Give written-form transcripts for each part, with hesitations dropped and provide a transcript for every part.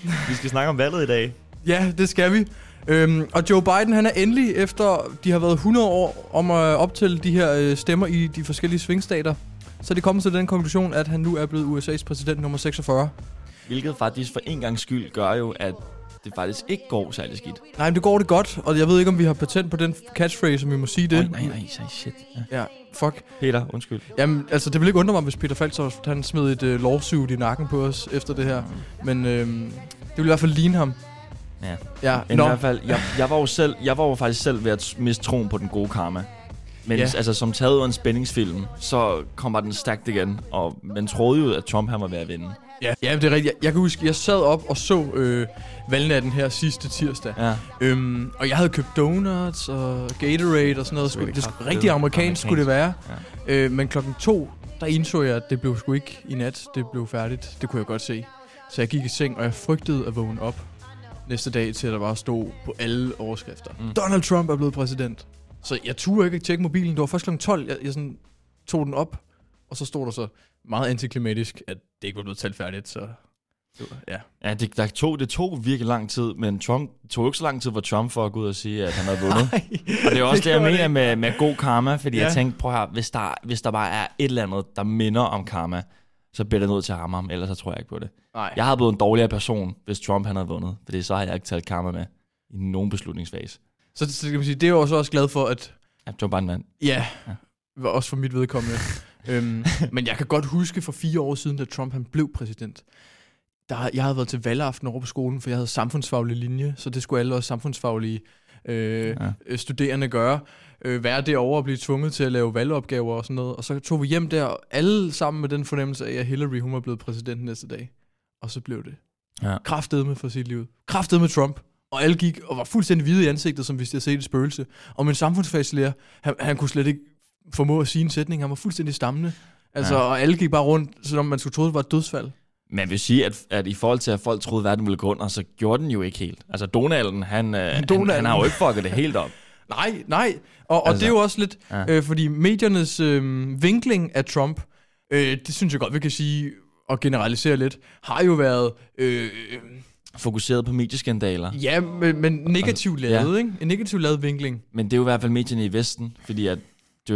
Vi skal snakke om valget i dag. Ja, det skal vi. Og Joe Biden, han er endelig, efter de har været 100 år om at optælle de her stemmer i de forskellige svingstater, så det kommer til den konklusion, at han nu er blevet USA's præsident nummer 46. Hvilket faktisk for en gangs skyld gør jo, at det faktisk ikke går særlig skidt. Nej, men det går det godt, og jeg ved ikke, om vi har patent på den catchphrase, som vi må sige det. Nej, shit. Ja, fuck. Peter, undskyld. Jamen, altså, det vil ikke undre mig, hvis Peter Faltoft, han smed et lawsuit i nakken på os efter det her. Men det vil i hvert fald ligne ham. Ja. Men i hvert fald, jeg var jo faktisk selv ved at miste troen på den gode karma. Men altså, som taget ud af en spændingsfilm, så kommer den stærkt igen, og man troede jo, at Trump han var ved at vinde. Ja, det er rigtigt. Jeg kan huske, jeg sad op og så valgnatten her sidste tirsdag. Ja. Og jeg havde købt donuts og Gatorade og sådan noget. Det skulle rigtig amerikansk skulle det være. Ja. Men 2:00, der indså jeg, at det blev sgu ikke i nat. Det blev færdigt. Det kunne jeg godt se. Så jeg gik i seng, og jeg frygtede at vågne op næste dag, til at der bare stod på alle overskrifter. Donald Trump er blevet præsident. Så jeg turde ikke tjekke mobilen. Det var først 12:00, jeg sådan tog den op, og så stod der så meget antiklimatisk, at det ikke var blevet talt færdigt, så ja. Det tog virkelig lang tid, men Trump tog ikke så lang tid for Trump for at gå ud og sige, at han havde vundet. Og det er også det, jeg mener med god karma, fordi jeg tænkte, prøv her, hvis der bare er et eller andet, der minder om karma, så bliver det nødt til at ramme ham, ellers så tror jeg ikke på det. Nej. Jeg havde blevet en dårligere person, hvis Trump han havde vundet, fordi så har jeg ikke taget karma med i nogen beslutningsfase. Så kan man sige, det er jeg også glad for, at Joe Biden vandt. Ja, også for mit vedkommende. Men jeg kan godt huske for 4 år siden, da Trump han blev præsident. Jeg havde været til valgaften over på skolen, for jeg havde samfundsfaglig linje, så det skulle alle også samfundsfaglige studerende gøre. Være derovre og blive tvunget til at lave valgopgaver og sådan noget. Og så tog vi hjem der, alle sammen med den fornemmelse af, at Hillary hun var blevet præsident næste dag. Og så blev det. Ja. Kraftedme for sit liv. Kraftedme Trump. Og alle gik og var fuldstændig hvide i ansigtet, som hvis de havde set et spøgelse. Og min samfundsfagslærer, han kunne slet ikke formå at sige en sætning. Han var fuldstændig stammende. Altså, og alle gik bare rundt, som man skulle tro, det var et dødsfald. Man vil sige, at i forhold til, at folk troede, at verden ville gå under, så gjorde den jo ikke helt. Altså, Donalden, han har jo ikke fucket det helt op. Nej. Og det er jo også lidt, fordi mediernes vinkling af Trump, det synes jeg godt, vi kan sige, og generalisere lidt, har jo været fokuseret på medieskandaler. Ja, men negativt lavet, ikke? En negativt lavet vinkling. Men det er jo i hvert fald medierne i Vesten, fordi at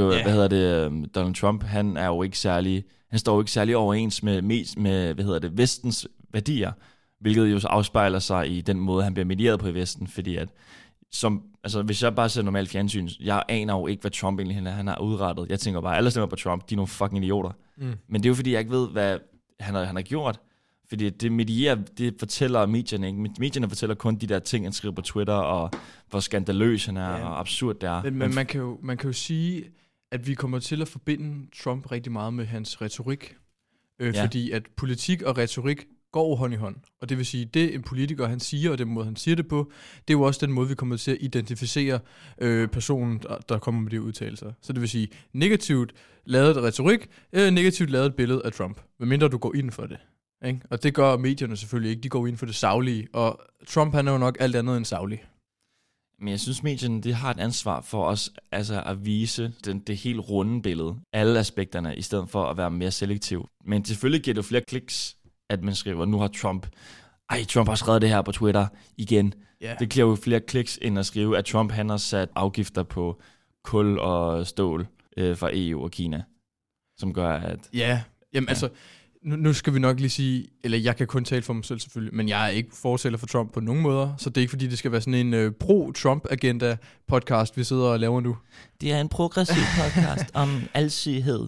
Donald Trump, han er jo ikke særlig, han står jo ikke særlig overens med Vestens værdier, hvilket jo så afspejler sig i den måde, han bliver medieret på i Vesten, fordi at hvis jeg bare ser normalt fjernsyn, jeg aner jo ikke, hvad Trump egentlig han har udrettet. Jeg tænker bare, alle stemmer på Trump, de er nogle fucking idioter. Men det er jo fordi, jeg ikke ved, hvad han har gjort. Fordi det fortæller medierne ikke. Medierne fortæller kun de der ting, han skriver på Twitter, og hvor skandaløs han er, og absurd det er. Men man kan jo sige, at vi kommer til at forbinde Trump rigtig meget med hans retorik. Fordi at politik og retorik går hånd i hånd. Og det vil sige, det en politiker han siger, og den måde han siger det på, det er jo også den måde, vi kommer til at identificere personen, der kommer med de udtalelser. Så det vil sige, negativt lavet retorik, negativt lavet et billede af Trump. Medmindre du går ind for det. Ikke? Og det gør medierne selvfølgelig ikke. De går ind for det saglige. Og Trump han er jo nok alt andet end saglig. Men jeg synes, medierne de har et ansvar for os at vise det helt runde billede. Alle aspekterne, i stedet for at være mere selektiv. Men selvfølgelig giver det jo flere kliks, at man skriver, nu har Trump har skrevet det her på Twitter igen. Yeah. Det giver jo flere kliks, end at skrive, at Trump han har sat afgifter på kul og stål fra EU og Kina. Som gør, at... Altså... Nu skal vi nok lige sige, eller jeg kan kun tale for mig selv selvfølgelig, men jeg er ikke fortæller for Trump på nogen måder, så det er ikke fordi, det skal være sådan en pro-Trump-agenda-podcast, vi sidder og laver nu. Det er en progressiv podcast om alsidighed.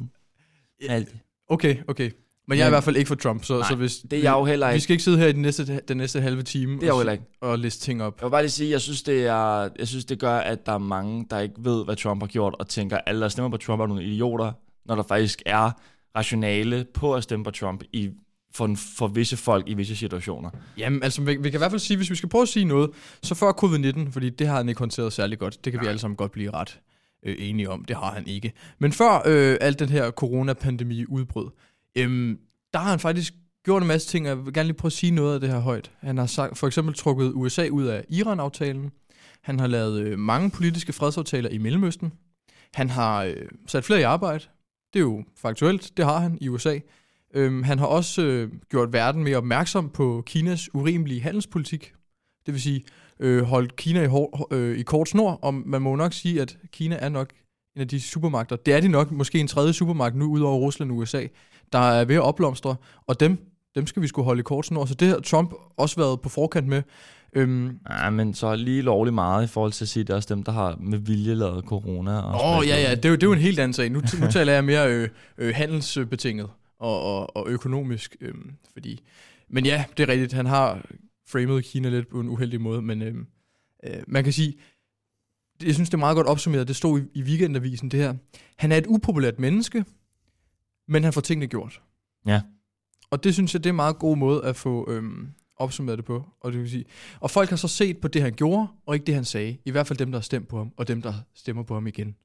Okay. Men jeg er i hvert fald ikke for Trump, så hvis det er jeg jo heller ikke. Vi skal ikke sidde her i den næste halve time det er og liste ting op. Jeg vil bare lige sige, jeg synes det gør, at der er mange, der ikke ved, hvad Trump har gjort, og tænker, alle der stemmer på Trump er nogle idioter, når der faktisk er rationale på at stemme på Trump for visse folk i visse situationer. Jamen, altså, vi kan i hvert fald sige, hvis vi skal prøve at sige noget, så før covid-19, fordi det har han ikke håndteret særlig godt. Det kan vi alle sammen godt blive ret enige om. Det har han ikke. Men før alt den her coronapandemi udbrød, der har han faktisk gjort en masse ting, og jeg vil gerne lige prøve at sige noget af det her højt. Han har for eksempel trukket USA ud af Iran-aftalen. Han har lavet mange politiske fredsaftaler i Mellemøsten. Han har sat flere i arbejde. Det er jo faktuelt, det har han i USA. Han har også gjort verden mere opmærksom på Kinas urimelige handelspolitik. Det vil sige, holdt Kina i kort snor, og man må nok sige, at Kina er nok en af de supermagter. Det er de nok, måske en tredje supermagt nu, udover Rusland og USA, der er ved at opblomstre, og dem skal vi skulle holde i kort snor. Så det har Trump også været på forkant med. Ja, men så lige lovligt meget i forhold til at sige, at det er også dem, der har med vilje lavet corona. Ja, det er jo en helt anden sag. Nu taler jeg mere handelsbetinget og økonomisk, fordi... Men ja, det er rigtigt. Han har framet Kina lidt på en uheldig måde, men man kan sige, jeg synes, det er meget godt opsummeret. Det stod i Weekendavisen, det her. Han er et upopulært menneske, men han får tingene gjort. Ja. Og det synes jeg, det er en meget god måde at få opsummeret det på. Og, det vil sige. Og folk har så set på det, han gjorde, og ikke det, han sagde. I hvert fald dem, der har stemt på ham, og dem, der stemmer på ham igen.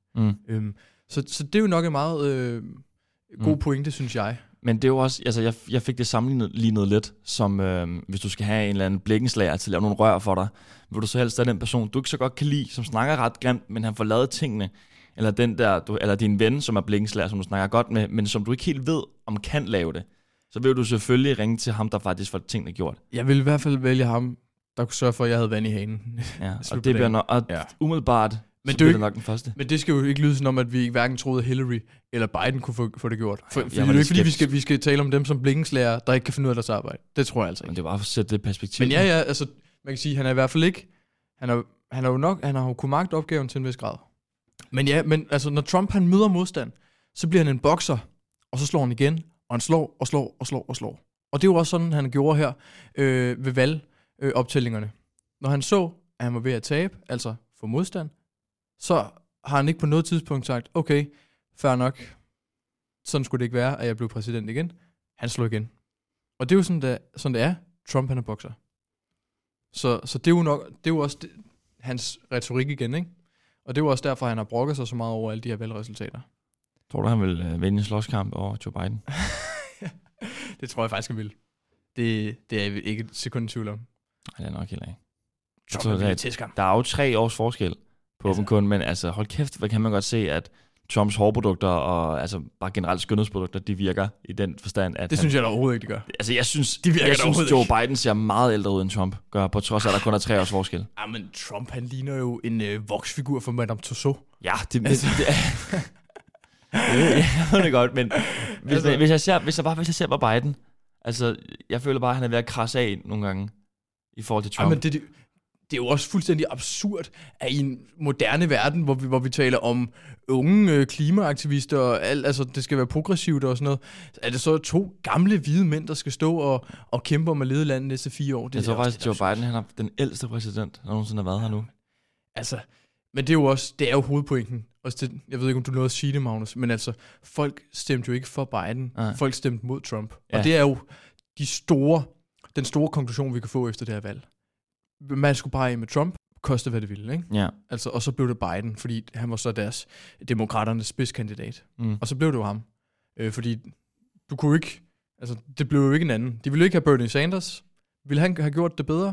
Så det er jo nok en meget god pointe, synes jeg. Men det er jo også, altså jeg fik det sammenlignet lidt, som hvis du skal have en eller anden blikkenslager til at lave nogle rør for dig, vil du så helst have den person, du ikke så godt kan lide, som snakker ret grimt, men han får lavet tingene, eller den der, eller din ven, som er blikkenslager, som du snakker godt med, men som du ikke helt ved, om kan lave det, så vil du selvfølgelig ringe til ham, der faktisk får tingene gjort. Jeg vil i hvert fald vælge ham, der kunne sørge for, at jeg havde vand i hanen. Ja, og det bliver umiddelbart. Men det er nok den første. Men det skal jo ikke lyde som om, at vi hverken troede, at Hillary eller Biden kunne få det gjort. For det er jo ikke fordi, vi skal tale om dem som blikkenslagere, der ikke kan finde ud af deres arbejde. Det tror jeg altså ikke. Men det er bare for at sætte det perspektiv. Men ja, altså, man kan sige, han er i hvert fald ikke... Han har jo kunnet magte opgaven til en vis grad. Men ja, altså, når Trump han møder modstand, så bliver han en bokser, og så slår han igen, og han slår og slår og slår og slår. Og det er jo også sådan, han gjorde her ved valgoptællingerne. Når han så, at han var ved at tabe, altså få modstand, så har han ikke på noget tidspunkt sagt, okay, fair nok, sådan skulle det ikke være, at jeg blev præsident igen. Han slog igen. Og det er jo sådan det er. Trump han er bokser. Så det er jo også hans retorik igen, ikke? Og det er jo også derfor, han har brokket sig så meget over alle de her valgresultater. Tror du, han vil vinde en slåskamp over Joe Biden? Det tror jeg faktisk, han vil. Det er jeg ikke et sekund i tvivl om. Nej, det er nok heller ikke. Der er jo 3 års forskel på dem kun, men altså hold kæft, hvad kan man godt se, at Trumps hårprodukter og altså bare generelt skønhedsprodukter, de virker i den forstand, at det synes jeg da overhovedet ikke, de gør. Altså jeg synes Joe Biden ser meget ældre ud end Trump gør, på trods af, at der kun er 3 års forskel. Ja, men Trump, han ligner jo en voksfigur for Madame Tussauds. Ja, det jeg ved det godt, men hvis jeg ser på Biden, altså jeg føler bare, at han er ved at krasse af nogle gange i forhold til Trump. Ja, men det er jo også fuldstændig absurd, at i en moderne verden, hvor vi taler om unge klimaaktivister, og altså det skal være progressivt og sådan noget, er det så 2 gamle hvide mænd, der skal stå og kæmpe om at lede landet næste 4 år? Jeg tror faktisk, at Joe Biden han er den ældste præsident, der nogensinde har været her nu. Altså, men det er jo hovedpointen. Jeg ved ikke, om du nåede at sige det, Magnus, men altså, folk stemte jo ikke for Biden. Nej. Folk stemte mod Trump. Ja. Og det er jo den store konklusion, vi kan få efter det her valg. Man skulle bare af med Trump, koste hvad det ville, ikke? Ja. Altså, og så blev det Biden, fordi han var så demokraternes spidskandidat. Og så blev det jo ham. Fordi du kunne ikke, altså det blev jo ikke en anden. De ville jo ikke have Bernie Sanders. Ville han have gjort det bedre?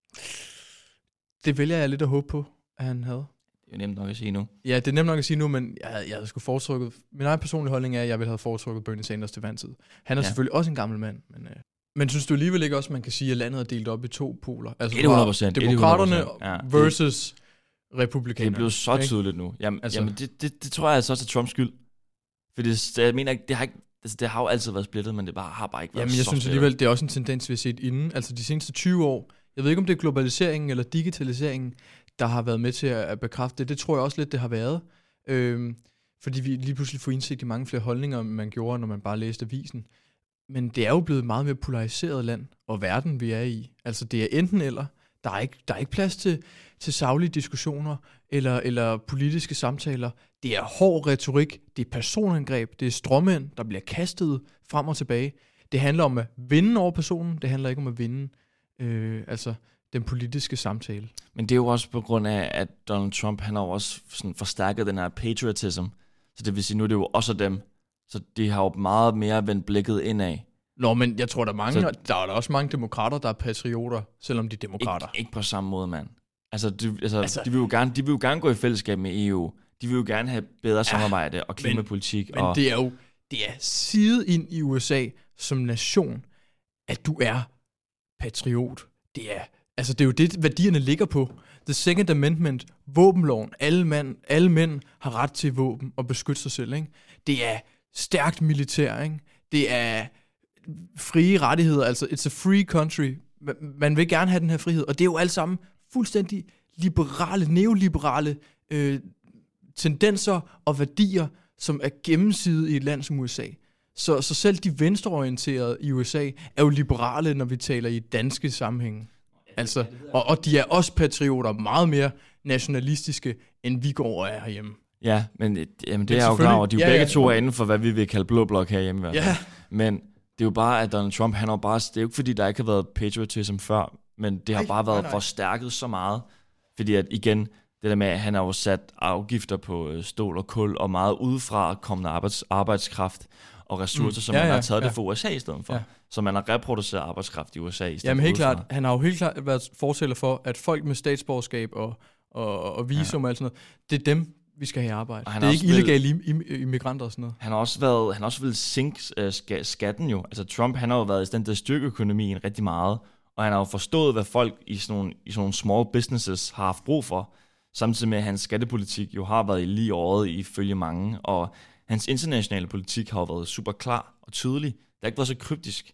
Det vælger jeg lidt at håbe på, at han havde. Det er nemt nok at sige nu. Ja, det er nemt nok at sige nu, men jeg havde sgu foretrukket. Min egen personlige holdning er, at jeg ville have foretrukket Bernie Sanders til vandtid. Han er selvfølgelig også en gammel mand, men synes du alligevel ikke også, at man kan sige, at landet er delt op i 2 poler? Altså 100%. Demokraterne versus republikanerne. Det er blevet så tydeligt nu. Jamen det tror jeg altså også er Trumps skyld. For jeg mener, det har jo altid været splittet, men det har bare ikke været. Jamen jeg synes alligevel, det er også en tendens, vi har set inden. Altså de seneste 20 år. Jeg ved ikke, om det er globaliseringen eller digitaliseringen, der har været med til at bekræfte det. Det tror jeg også lidt, det har været. Fordi vi lige pludselig får indsigt i mange flere holdninger, end man gjorde, når man bare læste avisen. Men det er jo blevet et meget mere polariseret land, og verden vi er i. Altså det er enten eller. Der er ikke plads til saglige diskussioner eller politiske samtaler. Det er hård retorik, det er personangreb, det er stråmænd, der bliver kastet frem og tilbage. Det handler om at vinde over personen, det handler ikke om at vinde den politiske samtale. Men det er jo også på grund af, at Donald Trump, han har også sådan forstærket den her patriotism. Så det vil sige, nu er det jo også dem. Så de har jo meget mere vendt blikket indad. Nå, men jeg tror, der er også mange demokrater, der er patrioter, selvom de er demokrater. Ikke på samme måde, mand. Altså, de vil jo gerne gå i fællesskab med EU. De vil jo gerne have bedre samarbejde og klimapolitik. Men det er side ind i USA, som nation, at du er patriot. Det er jo det, værdierne ligger på. The Second Amendment, våbenloven, alle mænd har ret til våben og beskytte sig selv. Ikke? Det er stærkt militær. Ikke? Det er frie rettigheder, altså it's a free country. Man vil gerne have den her frihed, og det er jo alt sammen fuldstændig neoliberale tendenser og værdier, som er gennemsidet i et land som USA. Så selv de venstreorienterede i USA er jo liberale, når vi taler i danske sammenhænge. Altså, og de er også patrioter, meget mere nationalistiske, end vi går og er herhjemme. Ja, men det er jeg jo klar over. De er jo begge to inden for, hvad vi vil kalde blå blok herhjemme. Ja. Men det er jo bare, at Donald Trump, det er jo ikke fordi, der ikke har været patriotism før, men det har bare været forstærket så meget. Fordi at igen, det der med, at han har jo sat afgifter på stål og kul, og meget udefra kommende arbejdskraft og ressourcer, som man har taget det for USA i stedet for. Ja. Så man har reproduceret arbejdskraft i USA i stedet for. Jamen helt klart, han har jo helt klart været fortæller for, at folk med statsborgerskab og visum og alt sådan noget, det er dem, vi skal have arbejde. Det er ikke illegale immigranter og sådan noget. Han har også vil sænke skatten jo. Altså Trump, han har jo været i stand til at styrke økonomien rigtig meget, og han har jo forstået, hvad folk i sådan nogle small businesses har haft brug for, samtidig med, at hans skattepolitik jo har været lige året ifølge mange, og hans internationale politik har jo været super klar og tydelig. Det har ikke været så kryptisk.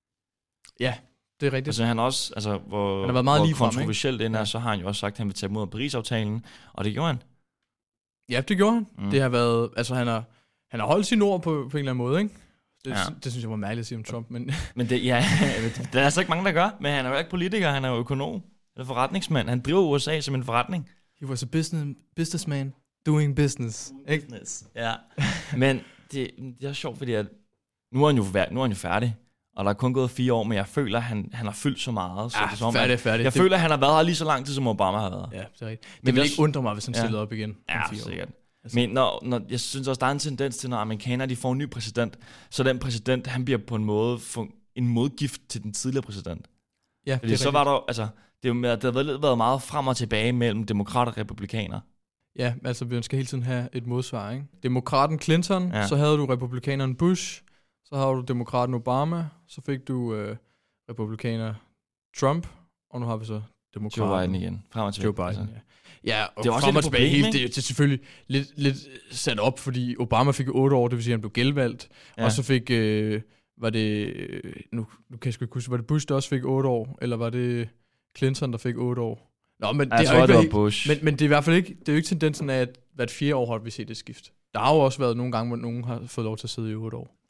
Ja, det er rigtigt. Altså han også, han har været meget hvor kontroversielt det er, så har han jo også sagt, at han vil tage imod Paris-aftalen, og det gjorde han. Ja, det gjorde han. Det har været, altså han har holdt sin ord på en eller anden måde, ikke? Det synes jeg var mærkeligt at sige om Trump, men... Men det er altså ikke mange, der gør, men han er jo ikke politiker, han er jo økonom, eller forretningsmand. Han driver USA som en forretning. He was a businessman doing business. Business, ja. Men det er sjovt, fordi at nu er han jo færdig, og der er kun gået 4 år, men jeg føler, at han har fyldt så meget. Så ja, det er som, færdig. Jeg føler, at han har været her lige så lang tid, som Obama har været. Ja, det er rigtigt. Det vil ikke undre mig, hvis han stillede op igen. Ja, sikkert. Altså. Men når jeg synes også, der er en tendens til, når amerikanere de får en ny præsident, så den præsident, han bliver på en måde en modgift til den tidligere præsident. Ja, fordi så var der altså, det har været meget frem og tilbage mellem demokrater og republikanere. Ja, altså vi skal hele tiden have et modsvar, ikke? Demokraten Clinton, så havde du republikaneren Bush, så havde du demokraten Obama, så fik du republikaner Trump, og nu har vi så demokraten Joe Biden igen. Frem og tilbage. Joe Biden, altså. Ja, og det er også frem og tilbage, det er selvfølgelig lidt sat op, fordi Obama fik 8 år, det vil sige, at han blev genvalgt, og så fik, var det, nu kan jeg sgu ikke huske, var det Bush, der også fik 8 år, eller var det Clinton, der fik 8 år? Nå, men jeg tror, det var Bush. Men det er i hvert fald ikke, det er jo ikke tendensen af, at hvert 4 år har vi set det skift. Der har jo også været nogle gange, hvor nogen har fået lov til at sidde i 8 år.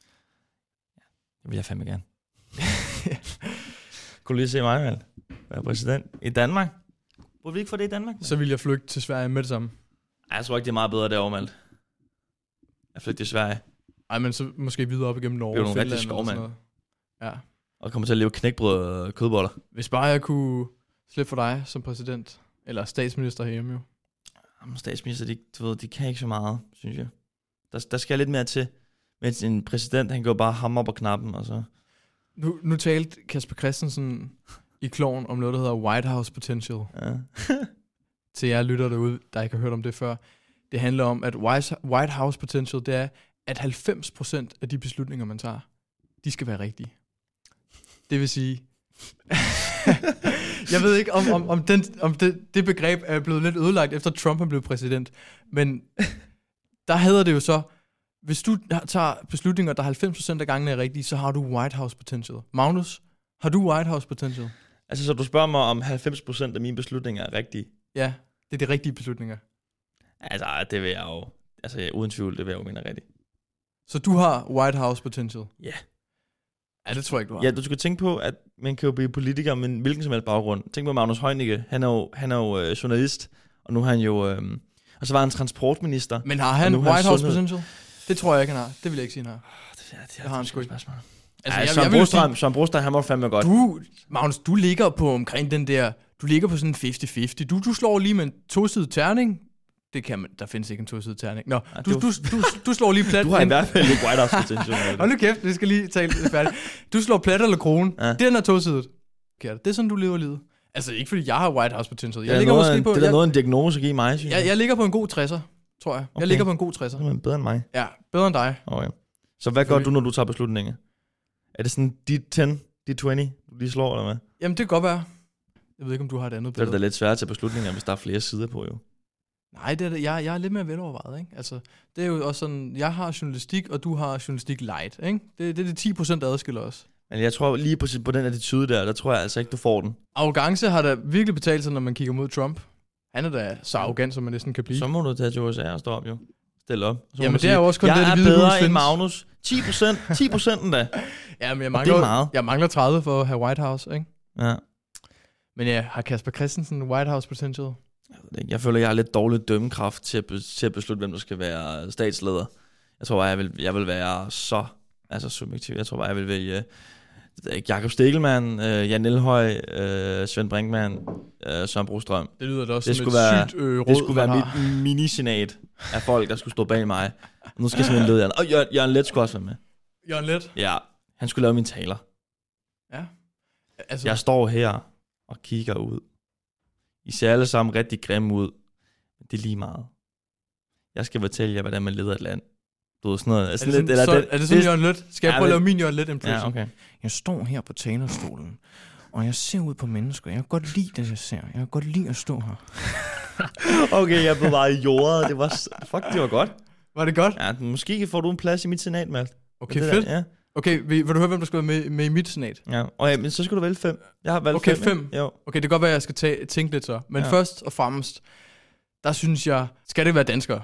Det vil jeg fandme gerne. Kunne du lige se mig, vel? Være præsident i Danmark? Burde vi ikke få det i Danmark? Så vil jeg flygte til Sverige med det samme. Ej, jeg tror ikke, det er meget bedre derovre, Malte. Jeg flygter til Sverige. Ej, men så måske videre op igennem Norge. Det er jo nogle rigtig skovmand. Ja. Og kommer til at leve knækbrød og kødboller. Hvis bare jeg kunne slippe for dig som præsident, eller statsminister herhjemme jo. Jamen, statsminister, de kan ikke så meget, synes jeg. Der skal lidt mere til. Mens en præsident, han går bare ham op på knappen, og så... Nu talte Kasper Christensen i Kloven om noget, der hedder White House Potential. Ja. Til jer lytter derude, der ikke har hørt om det før. Det handler om, at White House Potential, det er, at 90% af de beslutninger, man tager, de skal være rigtige. Det vil sige... Jeg ved ikke, om det begreb er blevet lidt ødelagt, efter Trump er blevet præsident. Men der hedder det jo så, hvis du tager beslutninger, der 90% af gangene er rigtige, så har du White House Potential. Magnus, har du White House Potential? Altså, så du spørger mig, om 90% af mine beslutninger er rigtige? Ja, det er de rigtige beslutninger. Altså, det vil jeg jo... Altså, uden tvivl, det vil jeg jo mene er rigtigt. Så du har White House Potential? Ja. Ja, det tror jeg ikke, du har. Ja, du skal tænke på, at man kan jo blive politiker med hvilken som helst baggrund. Tænk på Magnus Heunicke. Han er jo journalist, og nu har han jo... og så var han transportminister. Men har han White House Potential? Det tror jeg ikke, han har. Det vil jeg ikke sige, han har. Det har han sgu ikke. Altså, Søren Brostrøm, han må fandme godt. Magnus, du ligger på omkring den der... Du ligger på sådan 50-50. Du slår lige med en 2-sidet terning. Det kan man... Der findes ikke en 2-sidet terning. Nå, du slår lige plat... Du har i hvert fald ikke White House Potential. Hold nu kæft, vi skal lige tale færdigt. Du slår plat eller krone. Ja. Den er 2-sidet. Det er sådan, du lever livet. Altså, ikke fordi jeg har White House Potential. Det er noget en diagnose at give mig, synes jeg. Jeg ligger på en god 60'er, tror jeg. Okay. Jeg ligger på en god 60'er. Det er bedre end mig. Ja, bedre end dig. Okay. Så hvad gør du, når du tager beslutninger? Er det sådan D20, du lige slår, eller hvad? Jamen, det kan godt være. Jeg ved ikke, om du har et andet billede. Det er da lidt svært at tage beslutninger, hvis der er flere sider på, jo. Nej, det er det. Jeg er lidt mere velovervejet, ikke? Altså, det er jo også sådan, jeg har journalistik, og du har journalistik light, ikke? Det er de 10%, der adskiller os. Men jeg tror lige på den attitude der tror jeg altså ikke, du får den. Arrogance har da virkelig betalt sig, når man kigger mod Trump. Han er da så arrogant, som man næsten kan blive. Så må du tage til USA og stå op, jo. Stil op. Så jamen, det er jo også kun det, det hvide hus findes. Jeg er bedre end Magnus. 10% da. Ja, men jeg mangler 30 for at have White House, ikke? Ja. Men ja, har Kasper Christensen White House potential? Jeg føler, jeg har lidt dårlig dømmekraft til at beslutte, hvem der skal være statsleder. Jeg tror bare, jeg vil være så subjektiv. Jeg tror bare, jeg vil vælge Jakob Stegelmann, Jan Elhøj, Svend Brinkmann, Søren Brostrøm. Det lyder da også som et sygt råd. Det skulle være mit minisenat af folk, der skulle stå bag mig. Og nu skal jeg simpelthen lede Jan. Og Jørgen Leth skulle også være med. Jørgen Leth? Ja, han skulle lave mine taler. Ja. Altså... Jeg står her og kigger ud. I ser alle sammen rigtig grimme ud. Men det er lige meget. Jeg skal fortælle jer, hvordan man leder et land. Du ved sådan noget. Er det sådan Jørgen Leth? Skal jeg prøve at lave min Jørgen Leth impression? Ja, okay. Jeg står her på talerstolen, og jeg ser ud på mennesker. Jeg kan godt lide det, jeg ser. Jeg kan godt lide at stå her. Okay, jeg blev bare i jordet. Det var godt. Var det godt? Ja, måske får du en plads i mit senat, Malte. Okay, fedt. Ja. Okay, vil du høre, hvem der skal være med i mit senat? Ja, okay, men så skal du vælge 5. Jeg har valgt 5. Okay, 5. Jo. Okay, det kan godt være, at jeg skal tænke lidt så. Men først og fremmest, der synes jeg, skal det være danskere?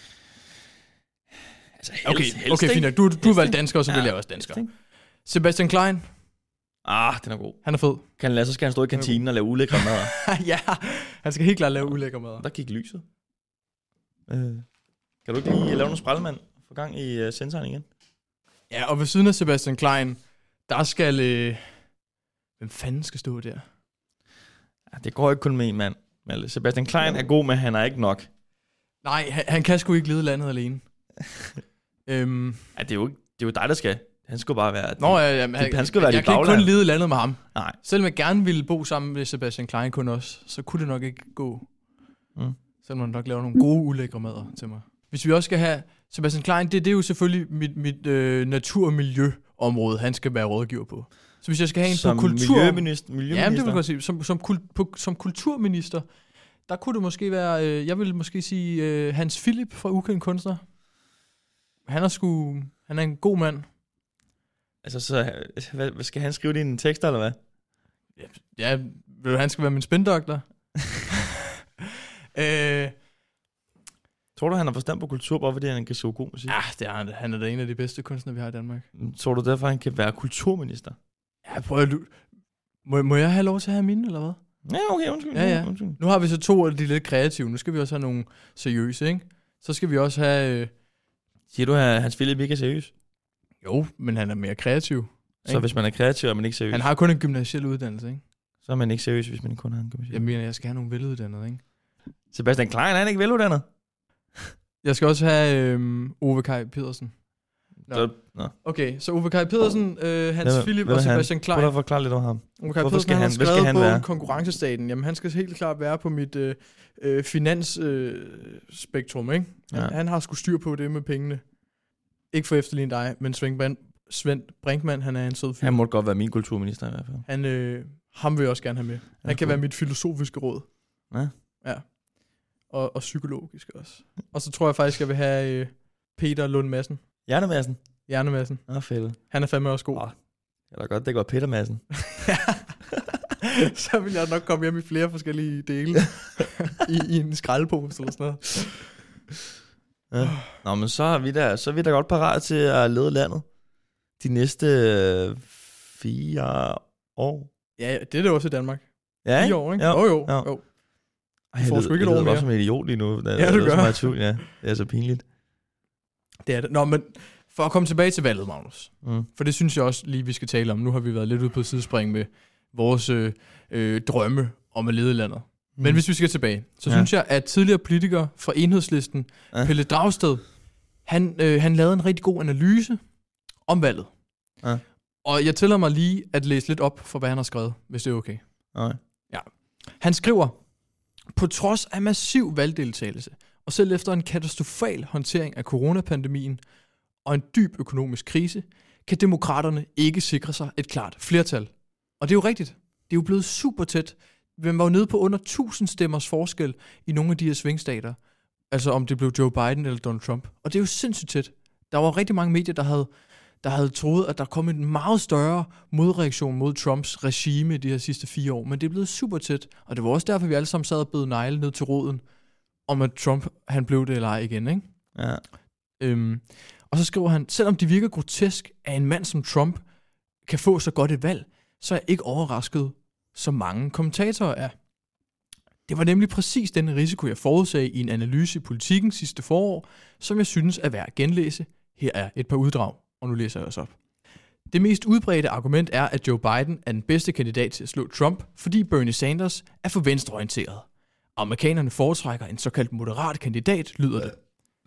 Altså, helst, okay, fint. Du valgte danskere, og så vil jeg også danskere. Sebastian Klein. Den er god. Han er fed. Så skal han stå i kantinen og lave ulækre mad. Ja, han skal helt klart lave ulækre mad. Der gik lyset. Kan du ikke lige lave nogle sprællemand for gang i sensoren igen? Ja, og ved siden af Sebastian Klein, der skal... hvem fanden skal stå der? Ja, det går ikke kun med en mand. Sebastian Klein er god, men han er ikke nok. Nej, han kan sgu ikke lede landet alene. Ja, det er jo dig, der skal. Han skulle bare være... Han skal være jeg kan ikke kun lede landet med ham. Nej. Selvom jeg gerne ville bo sammen med Sebastian Klein kun også, så kunne det nok ikke gå. Selvom han nok laver nogle gode, ulækre madder til mig. Hvis vi også skal have Sebastian Klein, det er jo selvfølgelig mit natur- og miljøområde, han skal være rådgiver på. Så hvis jeg skal have en som på kultur... Miljøminister? Ja, det vil jeg godt sige. Som kulturminister, der kunne det måske være... jeg vil måske sige Hans Philip fra Ukendt Kunstner. Han er en god mand. Altså, så hvad skal han skrive dine tekster, eller hvad? Ja, han skal være min spindoktor. Tror du, han har forstand på kultur, bare fordi han kan så god musik? Ja, det er han. Han er da en af de bedste kunstnere, vi har i Danmark. Tror du derfor, han kan være kulturminister? Ja, prøv at... Må jeg have lov til at have mine, eller hvad? Ja, okay, undskyld. Ja. Nu har vi så 2 af de lidt kreative. Nu skal vi også have nogle seriøse, ikke? Så skal vi også have... Siger du, at Hans Philip ikke er seriøs? Jo, men han er mere kreativ. Ikke? Så hvis man er kreativ, er man ikke seriøs? Han har kun en gymnasiel uddannelse, ikke? Så er man ikke seriøs, hvis man kun har en gymnasiel. Jeg mener, jeg skal have nogle veluddannede, ikke? Sebastian Klein, er han ikke veluddannet? Jeg skal også have Ove Kaj Pedersen. Okay, så Ove Kaj Pedersen, Hans Philip og Sebastian Klein. Prøv at forklare lidt om ham. Ove Kaj Pedersen har skrevet bogen Konkurrencestaten. Jamen, han skal helt klart være på mit finansspektrum, ikke? Ja. Han har sgu styr på det med pengene. Ikke for efterligne dig, men Svend Brinkmann, han er en sød fyr. Han må godt være min kulturminister i hvert fald. Ham vil jeg også gerne have med. Han kan være mit filosofiske råd. Ja. Og psykologisk også. Og så tror jeg faktisk, jeg vil have Peter Lund Madsen. Hjernemassen. Fedt. Han er fandme også god. Det er da godt, det går Peter Madsen. Så vil jeg nok komme hjem i flere forskellige dele. I en skraldepose eller sådan noget. Ja. Nå, men så er vi da godt parat til at lede landet de næste 4 år. Ja, det er det også i Danmark. Ja, 4 år, ikke? Jo. Jeg får sgu ikke et år mere. Jeg er som en idiot lige nu. Ja, du gør. Det er så pinligt. Det er det. Nå, men for at komme tilbage til valget, Magnus. For det synes jeg også lige, vi skal tale om. Nu har vi været lidt ude på sidespring med vores drømme om at lede landet. Men hvis vi skal tilbage, så synes jeg, at tidligere politikere fra Enhedslisten, Pelle Dragsted, han lavede en rigtig god analyse om valget. Og jeg tillader mig lige at læse lidt op for, hvad han har skrevet, hvis det er okay. Ja. Han skriver, på trods af massiv valgdeltagelse, og selv efter en katastrofal håndtering af coronapandemien og en dyb økonomisk krise, kan demokraterne ikke sikre sig et klart flertal. Og det er jo rigtigt. Det er jo blevet super tæt. Man var jo nede på under 1000 stemmers forskel i nogle af de her svingstater. Altså om det blev Joe Biden eller Donald Trump. Og det er jo sindssygt tæt. Der var rigtig mange medier, der havde troet, at der kom en meget større modreaktion mod Trumps regime i de her sidste 4 år. Men det er blevet super tæt. Og det var også derfor, vi alle sammen sad og bed negle ned til roden, om at Trump, han blev det eller ej igen, ikke? Ja. Og så skriver han, selvom det virker grotesk, at en mand som Trump kan få så godt et valg, så er jeg ikke overrasket, som mange kommentatorer er. Det var nemlig præcis den risiko, jeg forudsagde i en analyse i Politikken sidste forår, som jeg synes er værd at genlæse. Her er et par uddrag, og nu læser jeg også op. Det mest udbredte argument er, at Joe Biden er den bedste kandidat til at slå Trump, fordi Bernie Sanders er for venstreorienteret. Amerikanerne foretrækker en såkaldt moderat kandidat, lyder det.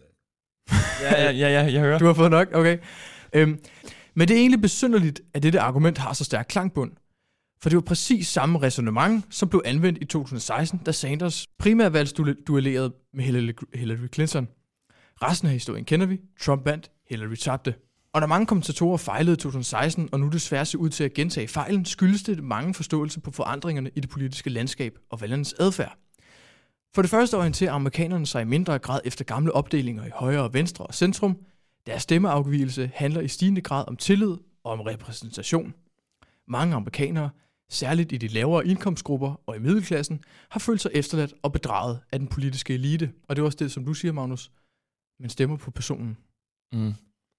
Ja, jeg hører. Du har fået nok? Okay. Men det er egentlig besynderligt, at dette argument har så stærk klangbund. For det var præcis samme ræsonnement, som blev anvendt i 2016, da Sanders primærvalgsduellerede med Hillary Clinton. Resten af historien kender vi. Trump vandt, Hillary tabte. Og da mange kommentatorer fejlede i 2016, og nu desværre ser ud til at gentage fejlen, skyldes det mange forståelse på forandringerne i det politiske landskab og vælgernes adfærd. For det første orienterer amerikanerne sig i mindre grad efter gamle opdelinger i højre og venstre og centrum. Deres stemmeafgivelse handler i stigende grad om tillid og om repræsentation. Mange amerikanere, særligt i de lavere indkomstgrupper og i middelklassen, har følt sig efterladt og bedraget af den politiske elite. Og det er også det, som du siger, Magnus. Man stemmer på personen. Mm.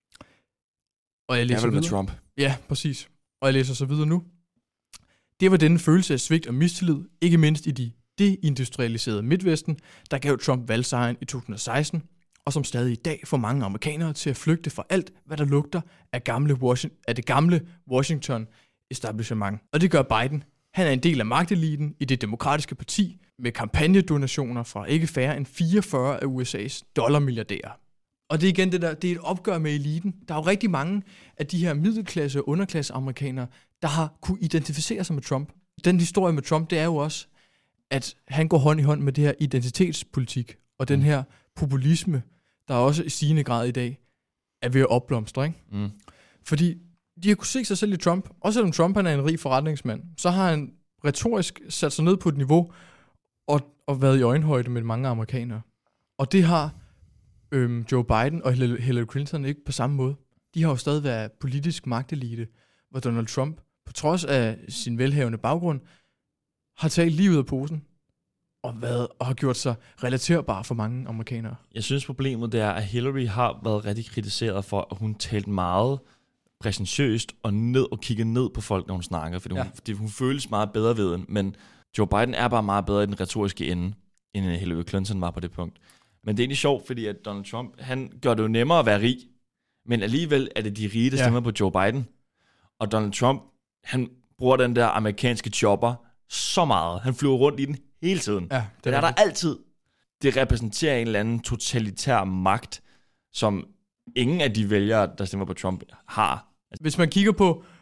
Og jeg læser med Trump. Ja, præcis. Og jeg læser så videre nu. Det var denne følelse af svigt og mistillid, ikke mindst i de deindustrialiserede Midtvesten, der gav Trump valgsejren i 2016, og som stadig i dag får mange amerikanere til at flygte fra alt, hvad der lugter af det gamle Washington-establishment. Og det gør Biden. Han er en del af magteliten i det demokratiske parti, med kampagnedonationer fra ikke færre end 44 af USA's dollarmilliardærer. Og det er igen det er et opgør med eliten. Der er jo rigtig mange af de her middelklasse- og underklasse-amerikanere, der har kunne identificere sig med Trump. Den historie med Trump, det er jo også, at han går hånd i hånd med det her identitetspolitik, og den her populisme, der også i stigende grad i dag er ved at opblomstre, ikke? Mm. Fordi de har kunne se sig selv i Trump, også selvom Trump han er en rig forretningsmand, så har han retorisk sat sig ned på et niveau og været i øjenhøjde med mange amerikanere. Og det har Joe Biden og Hillary Clinton ikke på samme måde. De har jo stadig været politisk magtelite, hvor Donald Trump, på trods af sin velhavende baggrund, har talt lige ud af posen og har gjort sig relaterbar for mange amerikanere. Jeg synes problemet det er, at Hillary har været rigtig kritiseret for, at hun talte meget præsentiøst og kiggede ned på folk, når hun snakker, fordi hun føles meget bedre ved den. Men Joe Biden er bare meget bedre i den retoriske ende, end Hillary Clinton var på det punkt. Men det er egentlig sjovt, fordi at Donald Trump, han gør det jo nemmere at være rig, men alligevel er det de rige, der stemmer på Joe Biden. Og Donald Trump, han bruger den der amerikanske chopper så meget. Han flyver rundt i den hele tiden. Ja, det er der altid. Det repræsenterer en eller anden totalitær magt, som ingen af de vælgere, der stemmer på Trump, har. Hvis man kigger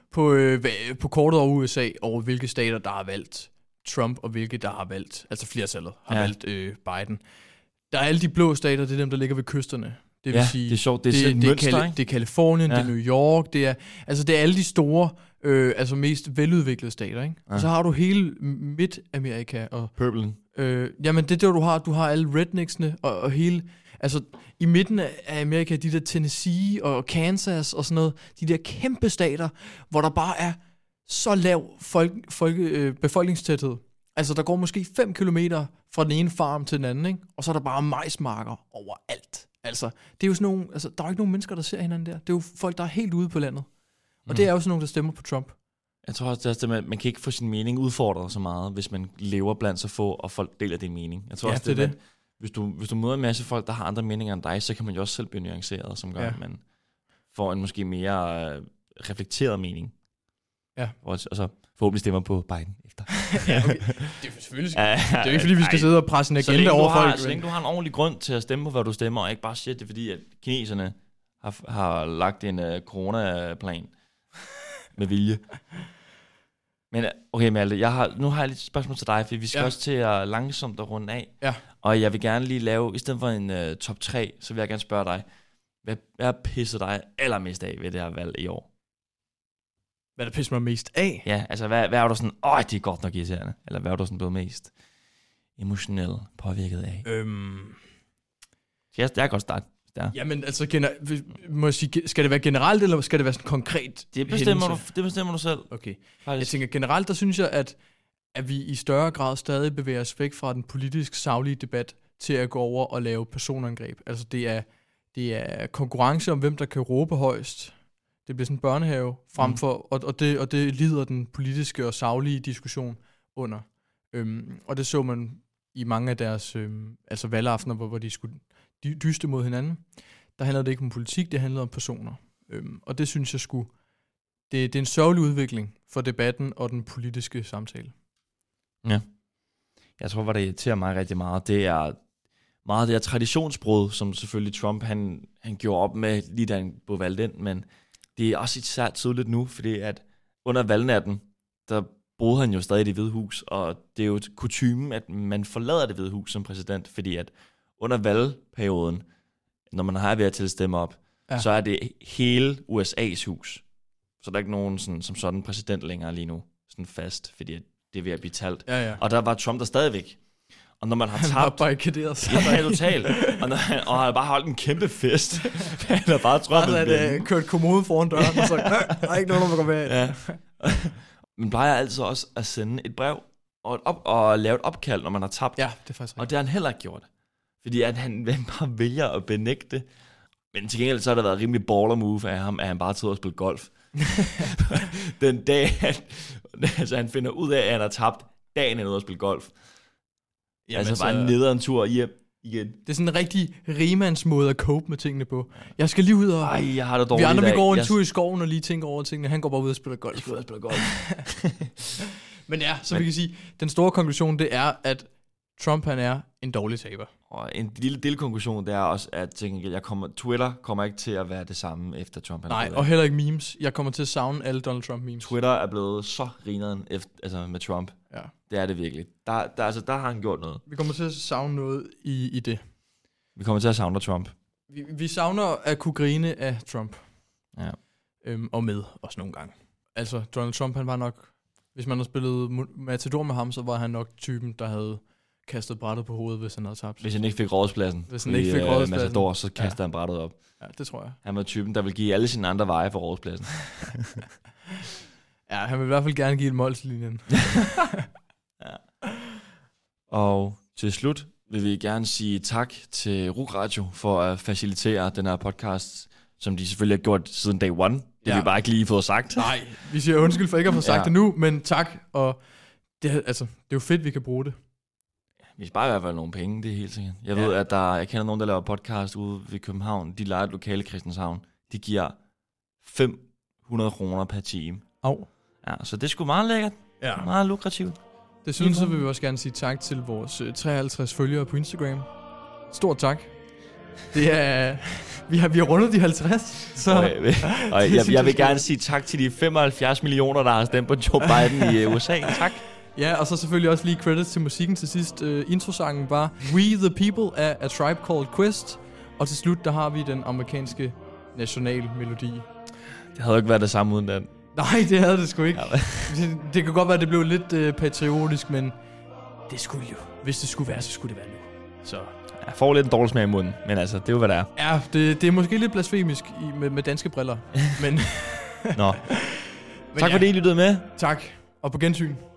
på kortet over USA, over hvilke stater, der har valgt Trump, og hvilke, der har valgt, altså flertallet, har valgt Biden. Der er alle de blå stater, det er dem, der ligger ved kysterne. Det vil sige, det er sjovt. Det er Californien, det er New York, det er alle de store, mest veludviklede stater, ikke? Ja. Og så har du hele Midt-Amerika og Purplen. Jamen det er du har. Du har alle rednecksene og hele. Altså i midten af Amerika, de der Tennessee og Kansas og sådan noget, de der kæmpe stater, hvor der bare er så lav befolkningstæthed. Altså der går måske 5 kilometer fra den ene farm til den anden, ikke? Og så er der bare majsmarker overalt. Altså det er jo sådan nogle, der er jo ikke nogen mennesker, der ser hinanden der. Det er jo folk, der er helt ude på landet. Og det er jo sådan nogle, der stemmer på Trump. Jeg tror også, det er, at man kan ikke få sin mening udfordret så meget, hvis man lever blandt så få, og folk deler din mening. Jeg tror også, det er det. Hvis du møder en masse folk, der har andre meninger end dig, så kan man jo også selv blive nuanceret, som gør, at man får en måske mere reflekteret mening. Ja. Og så forhåbentlig stemmer på Biden efter. Ja, okay. Det er selvfølgelig. Det er jo ikke, fordi vi skal sidde og presse en agenda over folk. Så længe du har en ordentlig grund til at stemme på, hvad du stemmer, og ikke bare siger det, fordi at kineserne har lagt en coronaplan med vilje. Men okay, Malte, nu har jeg lidt spørgsmål til dig, for vi skal også til at langsomt at runde af. Ja. Og jeg vil gerne lige lave, i stedet for en top 3, så vil jeg gerne spørge dig, hvad pisser dig allermest af ved det her valg i år? Hvad der pisser mig mest af? Ja, altså hvad er du sådan, det er godt nok irriterende? Eller hvad er du sådan blevet mest emotionelt påvirket af? Ja, det er godt start. Der. Jamen, altså, må jeg sige, skal det være generelt, eller skal det være sådan konkret? Det bestemmer du selv. Okay. Jeg tænker, generelt, der synes jeg, at vi i større grad stadig bevæger os væk fra den politisk saglige debat til at gå over og lave personangreb. Altså, det er konkurrence om, hvem der kan råbe højst. Det bliver sådan en børnehave, frem for, og det lider den politiske og saglige diskussion under. Og det så man i mange af deres valgaftener, hvor de skulle dyste mod hinanden. Der handlede det ikke om politik, det handlede om personer. Og det synes jeg det er en sørgelig udvikling for debatten og den politiske samtale. Ja. Jeg tror, hvad der irriterer mig rigtig meget, det er meget det her traditionsbrud, som selvfølgelig Trump han gjorde op med, lige da han blev valgt ind, men det er også især tydeligt nu, fordi at under valgnatten, der boede han jo stadig i Det Hvide Hus, og det er jo kutymen, at man forlader Det Hvide Hus som præsident, fordi at under valgperioden, når man har ved at tilstemme op, så er det hele USA's hus. Så der er ikke nogen sådan, som sådan præsident længere lige nu, sådan fast, fordi det er ved at blive talt. Ja. Og der var Trump der stadigvæk. Og når man har tabt... Han var barrikaderet sig. Ja, totalt. Og han har bare holdt en kæmpe fest. Han har bare troppet altså, at kørt kommode foran døren, og så der er ikke nogen, der må gå med. Ja. Man plejer altså også at sende et brev og lave et opkald, når man har tabt. Ja, det er faktisk rigtigt. Og det har han heller ikke gjort. Fordi at han bare vælger at benægte. Men til gengæld så har det været rimelig baller move af ham, at han bare tager og spiller golf. Den dag, han finder ud af, at han har tabt dagen ud at spille golf. Jamen, altså bare nederen tur hjem igen. Det er sådan en rigtig rimands måde at cope med tingene på. Jeg skal lige ud og... jeg har det dårligt. Vi andre, vi går en tur i skoven og lige tænker over tingene. Han går bare ud og spiller golf. Men ja, så vi kan sige, den store konklusion, det er, at Trump, han er en dårlig taber. Og en lille delkonklusion, det er også, at Twitter kommer ikke til at være det samme efter Trump. Nej, og heller ikke memes. Jeg kommer til at savne alle Donald Trump memes. Twitter er blevet så grineren med Trump. Ja. Det er det virkelig. Der har han gjort noget. Vi kommer til at savne noget i det. Vi kommer til at savne Trump. Vi savner at kunne grine af Trump. Ja. Og med os nogle gange. Altså, Donald Trump, han var nok... Hvis man havde spillet Matador med ham, så var han nok typen, der havde kastet brættet på hovedet, hvis han havde tabt. Hvis han ikke fik rådspladsen. Hvis han ikke fik rådspladsen. Matador, så kastede han brættet op. Ja, det tror jeg. Han var typen, der vil give alle sine andre veje for rådspladsen. Ja, han vil i hvert fald gerne give et mål til linjen. Ja. Og til slut vil vi gerne sige tak til RUK Radio for at facilitere den her podcast, som de selvfølgelig har gjort siden day one. Det har vi bare ikke lige fået sagt. Nej, vi siger undskyld for ikke at få sagt det nu, men tak. Og det er jo fedt, vi kan bruge det. Vi sparer i hvert fald nogle penge, det er helt sikkert. Jeg ved, at jeg kender nogen, der laver podcast ude ved København. De lejer et lokale i Christianshavn. De giver 500 kroner per time. Ja, så det er sgu meget lækkert. Ja. Meget lukrativt. Desuden så vil vi også gerne sige tak til vores 53 følgere på Instagram. Stort tak. Det er... Vi har rundet de 50. Så jeg vil gerne sige tak til de 75 millioner, der har stemt på Joe Biden i USA. Tak. Ja, og så selvfølgelig også lige credits til musikken til sidst. Introsangen var We the People af A Tribe Called Quest. Og til slut, der har vi den amerikanske nationalmelodi. Det havde jo ikke været det samme uden den. Nej, det havde det sgu ikke. Det kan godt være, at det blev lidt patriotisk, men det skulle jo. Hvis det skulle være, så skulle det være nu. Så... Jeg får lidt en dårlig smag i munden, men altså, det er jo, hvad det er. Ja, det er måske lidt blasfemisk med danske briller, men... Nå. Tak fordi I lyttede med. Tak, og på gensyn.